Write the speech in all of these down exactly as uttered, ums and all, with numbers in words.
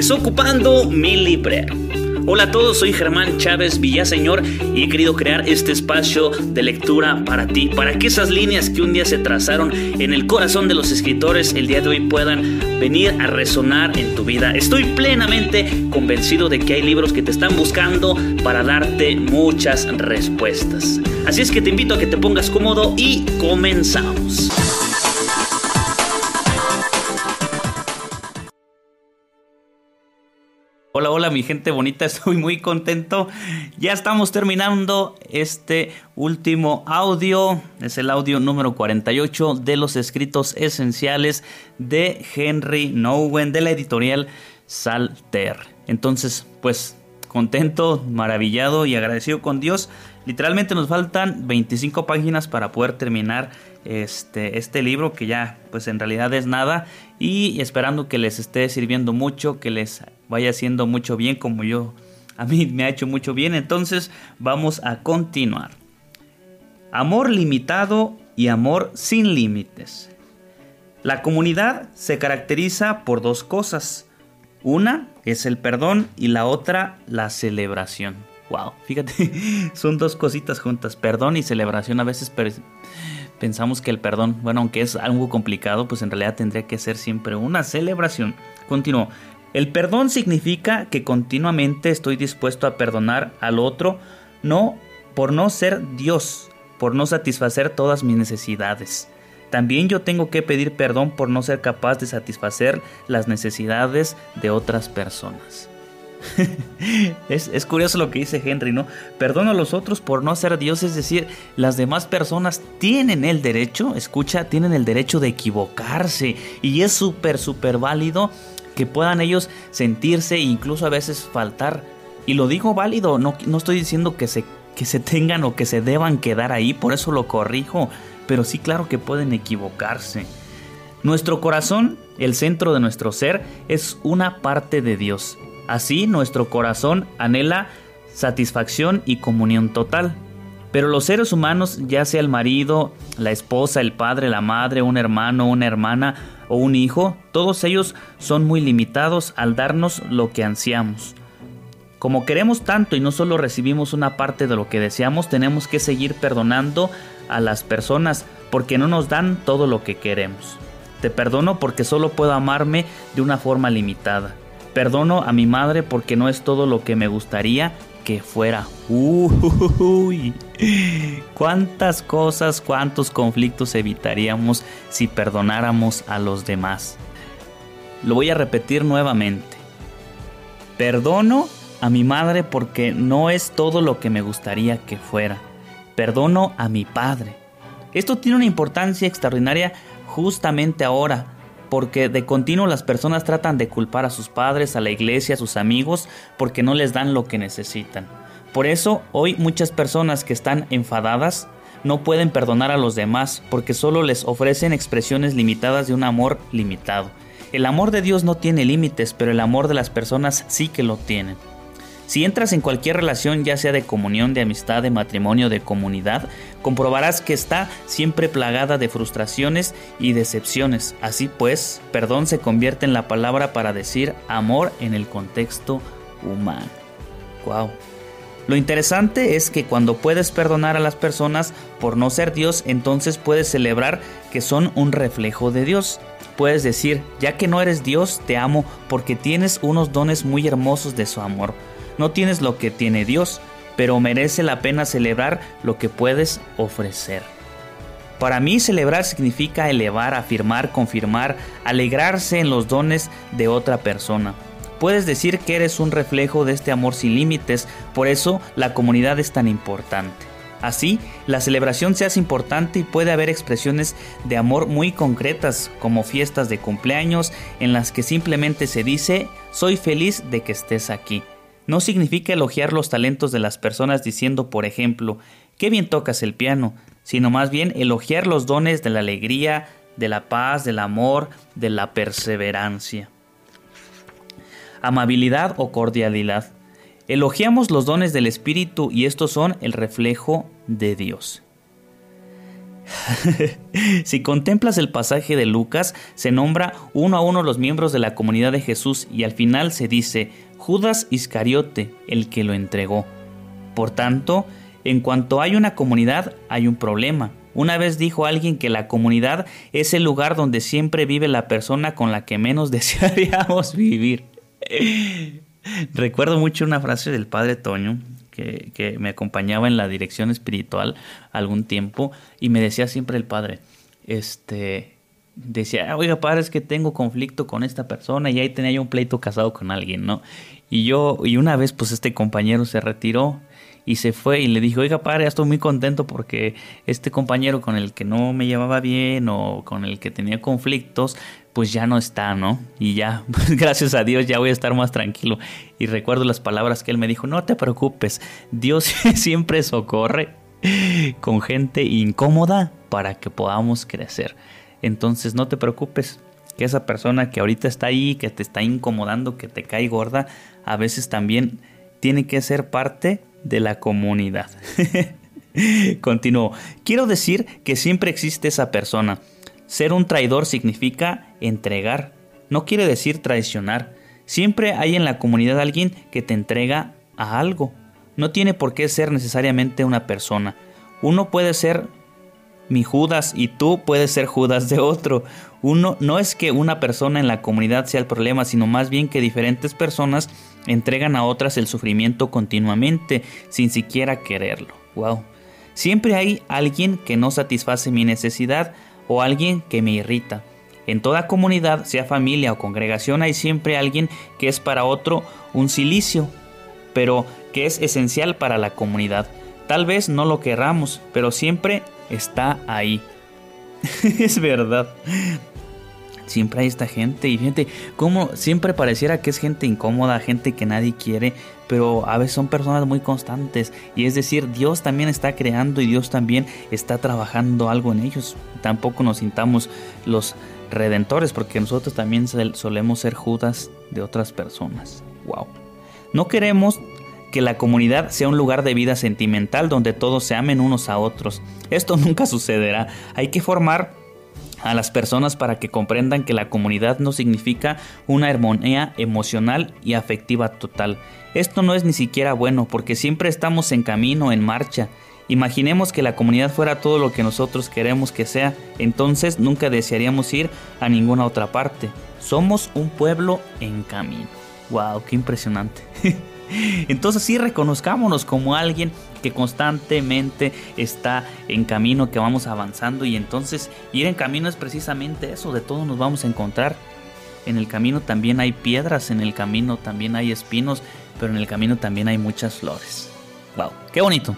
Desocupando mi librero. Hola a todos, soy Germán Chávez Villaseñor y he querido crear este espacio de lectura para ti, para que esas líneas que un día se trazaron en el corazón de los escritores el día de hoy puedan venir a resonar en tu vida. Estoy plenamente convencido de que hay libros que te están buscando para darte muchas respuestas. Así es que te invito a que te pongas cómodo y comenzamos. Hola, hola mi gente bonita, estoy muy contento. Ya estamos terminando este último audio. Es el audio número cuarenta y ocho de los escritos esenciales de Henry Nouwen de la editorial Salter. Entonces, pues contento, maravillado y agradecido con Dios. Literalmente nos faltan veinticinco páginas para poder terminar este, este libro, que ya pues en realidad es nada, y esperando que les esté sirviendo mucho, que les vaya haciendo mucho bien como yo, a mí me ha hecho mucho bien. Entonces vamos a continuar. Amor limitado y amor sin límites. La comunidad se caracteriza por dos cosas. Una es el perdón y la otra la celebración. Wow, fíjate, son dos cositas juntas, perdón y celebración. A veces pensamos que el perdón, bueno, aunque es algo complicado, pues en realidad tendría que ser siempre una celebración. Continúo. El perdón significa que continuamente estoy dispuesto a perdonar al otro, no por no ser Dios, por no satisfacer todas mis necesidades. También yo tengo que pedir perdón por no ser capaz de satisfacer las necesidades de otras personas. es, es curioso lo que dice Henry, ¿no? Perdono a los otros por no ser Dios, es decir, las demás personas tienen el derecho, escucha, tienen el derecho de equivocarse, y es súper, súper válido que puedan ellos sentirse e incluso a veces faltar. Y lo digo válido, no, no estoy diciendo que se, que se tengan o que se deban quedar ahí, por eso lo corrijo, pero sí, claro que pueden equivocarse. Nuestro corazón, el centro de nuestro ser, es una parte de Dios. Así, nuestro corazón anhela satisfacción y comunión total. Pero los seres humanos, ya sea el marido, la esposa, el padre, la madre, un hermano, una hermana o un hijo, todos ellos son muy limitados al darnos lo que ansiamos. Como queremos tanto y no solo recibimos una parte de lo que deseamos, tenemos que seguir perdonando a las personas porque no nos dan todo lo que queremos. Te perdono porque solo puedo amarme de una forma limitada. Perdono a mi madre porque no es todo lo que me gustaría que fuera. Uy, cuántas cosas, cuántos conflictos evitaríamos si perdonáramos a los demás. Lo voy a repetir nuevamente. Perdono a mi madre porque no es todo lo que me gustaría que fuera. Perdono a mi padre. Esto tiene una importancia extraordinaria justamente ahora, porque de continuo las personas tratan de culpar a sus padres, a la iglesia, a sus amigos, porque no les dan lo que necesitan. Por eso, hoy muchas personas que están enfadadas no pueden perdonar a los demás, porque solo les ofrecen expresiones limitadas de un amor limitado. El amor de Dios no tiene límites, pero el amor de las personas sí que lo tienen. Si entras en cualquier relación, ya sea de comunión, de amistad, de matrimonio, de comunidad, comprobarás que está siempre plagada de frustraciones y decepciones. Así pues, perdón se convierte en la palabra para decir amor en el contexto humano. Wow. Lo interesante es que cuando puedes perdonar a las personas por no ser Dios, entonces puedes celebrar que son un reflejo de Dios. Puedes decir, ya que no eres Dios, te amo porque tienes unos dones muy hermosos de su amor. No tienes lo que tiene Dios, pero merece la pena celebrar lo que puedes ofrecer. Para mí, celebrar significa elevar, afirmar, confirmar, alegrarse en los dones de otra persona. Puedes decir que eres un reflejo de este amor sin límites, por eso la comunidad es tan importante. Así, la celebración se hace importante y puede haber expresiones de amor muy concretas, como fiestas de cumpleaños en las que simplemente se dice, soy feliz de que estés aquí. No significa elogiar los talentos de las personas diciendo, por ejemplo, qué bien tocas el piano, sino más bien elogiar los dones de la alegría, de la paz, del amor, de la perseverancia. Amabilidad o cordialidad. Elogiamos los dones del Espíritu y estos son el reflejo de Dios. Si contemplas el pasaje de Lucas, se nombra uno a uno los miembros de la comunidad de Jesús y al final se dice Judas Iscariote, el que lo entregó. Por tanto, en cuanto hay una comunidad, hay un problema. Una vez dijo alguien que la comunidad es el lugar donde siempre vive la persona con la que menos desearíamos vivir. Recuerdo mucho una frase del padre Toño que, que me acompañaba en la dirección espiritual algún tiempo y me decía siempre el padre, este, decía, oiga padre, es que tengo conflicto con esta persona y ahí tenía yo un pleito casado con alguien, ¿no? Y yo, y una vez pues este compañero se retiró y se fue y le dije, oiga padre, estoy muy contento porque este compañero con el que no me llevaba bien o con el que tenía conflictos, pues ya no está, ¿no? Y ya, pues gracias a Dios ya voy a estar más tranquilo. Y recuerdo las palabras que él me dijo, no te preocupes, Dios siempre socorre con gente incómoda para que podamos crecer. Entonces no te preocupes, que esa persona que ahorita está ahí, que te está incomodando, que te cae gorda, a veces también tiene que ser parte de la comunidad. Continúo. Quiero decir que siempre existe esa persona. Ser un traidor significa entregar. No quiere decir traicionar. Siempre hay en la comunidad alguien que te entrega a algo. No tiene por qué ser necesariamente una persona. Uno puede ser mi Judas y tú puedes ser Judas de otro. Uno, no es que una persona en la comunidad sea el problema, sino más bien que diferentes personas entregan a otras el sufrimiento continuamente, sin siquiera quererlo. Wow. Siempre hay alguien que no satisface mi necesidad o alguien que me irrita. En toda comunidad, sea familia o congregación, hay siempre alguien que es para otro un cilicio, pero que es esencial para la comunidad. Tal vez no lo querramos, pero siempre está ahí. Es verdad. Siempre hay esta gente y fíjate cómo siempre pareciera que es gente incómoda, gente que nadie quiere, pero a veces son personas muy constantes. Y es decir, Dios también está creando y Dios también está trabajando algo en ellos. Tampoco nos sintamos los redentores porque nosotros también solemos ser Judas de otras personas. Wow. No queremos que la comunidad sea un lugar de vida sentimental donde todos se amen unos a otros. Esto nunca sucederá. Hay que formar a las personas para que comprendan que la comunidad no significa una armonía emocional y afectiva total. Esto no es ni siquiera bueno porque siempre estamos en camino, en marcha. Imaginemos que la comunidad fuera todo lo que nosotros queremos que sea, entonces nunca desearíamos ir a ninguna otra parte. Somos un pueblo en camino. ¡Wow! ¡Qué impresionante! Entonces sí, reconozcámonos como alguien que constantemente está en camino, que vamos avanzando, y entonces ir en camino es precisamente eso, de todo nos vamos a encontrar. En el camino también hay piedras, en el camino también hay espinos, pero en el camino también hay muchas flores. ¡Wow! ¡Qué bonito!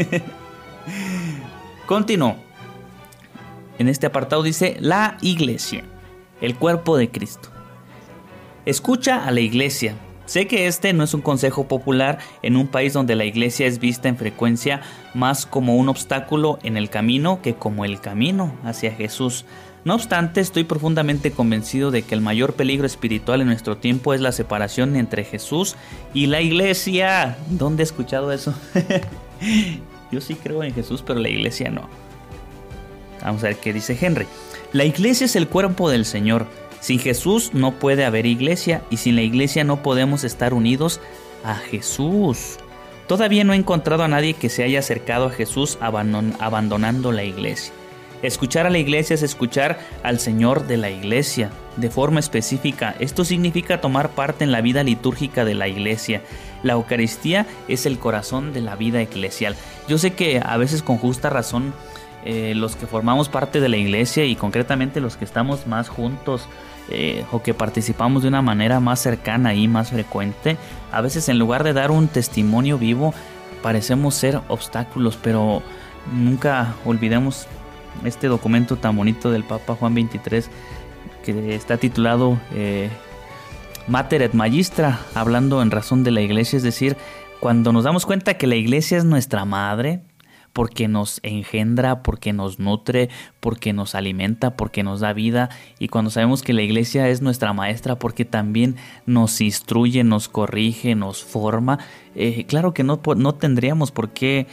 Continúo. En este apartado dice la iglesia, el cuerpo de Cristo. Escucha a la iglesia. Sé que este no es un consejo popular en un país donde la iglesia es vista en frecuencia más como un obstáculo en el camino que como el camino hacia Jesús. No obstante, estoy profundamente convencido de que el mayor peligro espiritual en nuestro tiempo es la separación entre Jesús y la iglesia. ¿Dónde he escuchado eso? Yo sí creo en Jesús, pero la iglesia no. Vamos a ver qué dice Henry. La iglesia es el cuerpo del Señor. Sin Jesús no puede haber iglesia y sin la iglesia no podemos estar unidos a Jesús. Todavía no he encontrado a nadie que se haya acercado a Jesús abandon- abandonando la iglesia. Escuchar a la iglesia es escuchar al Señor de la iglesia de forma específica. Esto significa tomar parte en la vida litúrgica de la iglesia. La Eucaristía es el corazón de la vida eclesial. Yo sé que a veces con justa razón eh, los que formamos parte de la iglesia y concretamente los que estamos más juntos eh, o que participamos de una manera más cercana y más frecuente, a veces en lugar de dar un testimonio vivo parecemos ser obstáculos, pero nunca olvidemos este documento tan bonito del Papa Juan veintitrés que está titulado eh, Mater et Magistra, hablando en razón de la iglesia. Es decir, cuando nos damos cuenta que la iglesia es nuestra madre, porque nos engendra, porque nos nutre, porque nos alimenta, porque nos da vida, y cuando sabemos que la iglesia es nuestra maestra porque también nos instruye, nos corrige, nos forma, eh, claro que no, no tendríamos por qué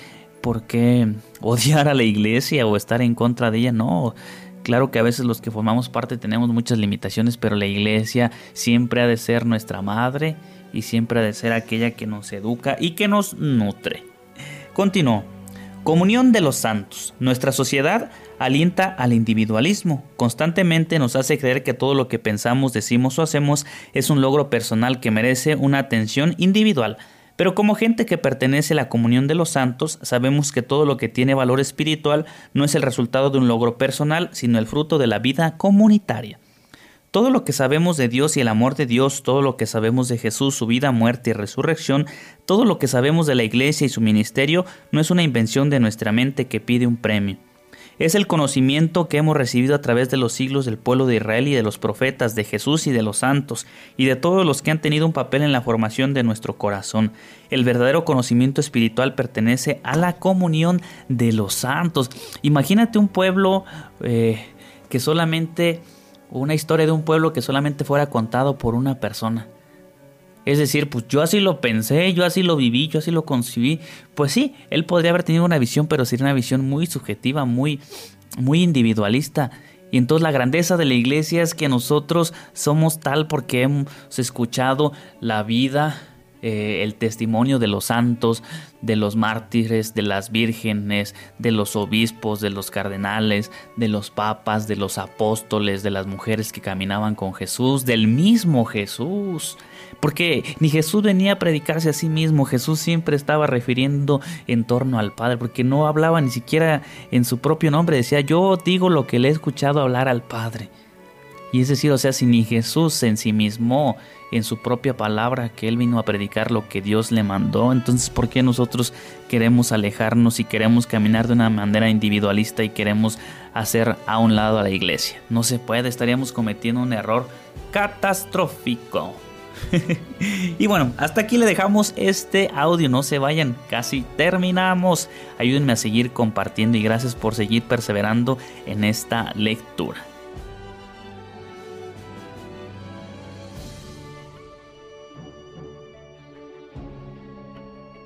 por qué odiar a la iglesia o estar en contra de ella, no. Claro que a veces los que formamos parte tenemos muchas limitaciones, pero la iglesia siempre ha de ser nuestra madre y siempre ha de ser aquella que nos educa y que nos nutre. Continuó. Comunión de los santos. Nuestra sociedad alienta al individualismo. Constantemente nos hace creer que todo lo que pensamos, decimos o hacemos es un logro personal que merece una atención individual. Pero como gente que pertenece a la comunión de los santos, sabemos que todo lo que tiene valor espiritual no es el resultado de un logro personal, sino el fruto de la vida comunitaria. Todo lo que sabemos de Dios y el amor de Dios, todo lo que sabemos de Jesús, su vida, muerte y resurrección, todo lo que sabemos de la iglesia y su ministerio, no es una invención de nuestra mente que pide un premio. Es el conocimiento que hemos recibido a través de los siglos del pueblo de Israel y de los profetas, de Jesús y de los santos, y de todos los que han tenido un papel en la formación de nuestro corazón. El verdadero conocimiento espiritual pertenece a la comunión de los santos. Imagínate un pueblo eh, que solamente... una historia de un pueblo que solamente fuera contado por una persona. Es decir, pues yo así lo pensé, yo así lo viví, yo así lo concibí. Pues sí, él podría haber tenido una visión, pero sería una visión muy subjetiva, muy, muy individualista. Y entonces la grandeza de la iglesia es que nosotros somos tal porque hemos escuchado la vida, eh, el testimonio de los santos, de los mártires, de las vírgenes, de los obispos, de los cardenales, de los papas, de los apóstoles, de las mujeres que caminaban con Jesús, del mismo Jesús. Porque ni Jesús venía a predicarse a sí mismo, Jesús siempre estaba refiriendo en torno al Padre, porque no hablaba ni siquiera en su propio nombre, decía yo digo lo que le he escuchado hablar al Padre. Y es decir, o sea, si ni Jesús se ensimismó en su propia palabra que Él vino a predicar lo que Dios le mandó, entonces ¿por qué nosotros queremos alejarnos y queremos caminar de una manera individualista y queremos hacer a un lado a la iglesia? No se puede, estaríamos cometiendo un error catastrófico. Y bueno, hasta aquí le dejamos este audio, no se vayan, casi terminamos. Ayúdenme a seguir compartiendo y gracias por seguir perseverando en esta lectura.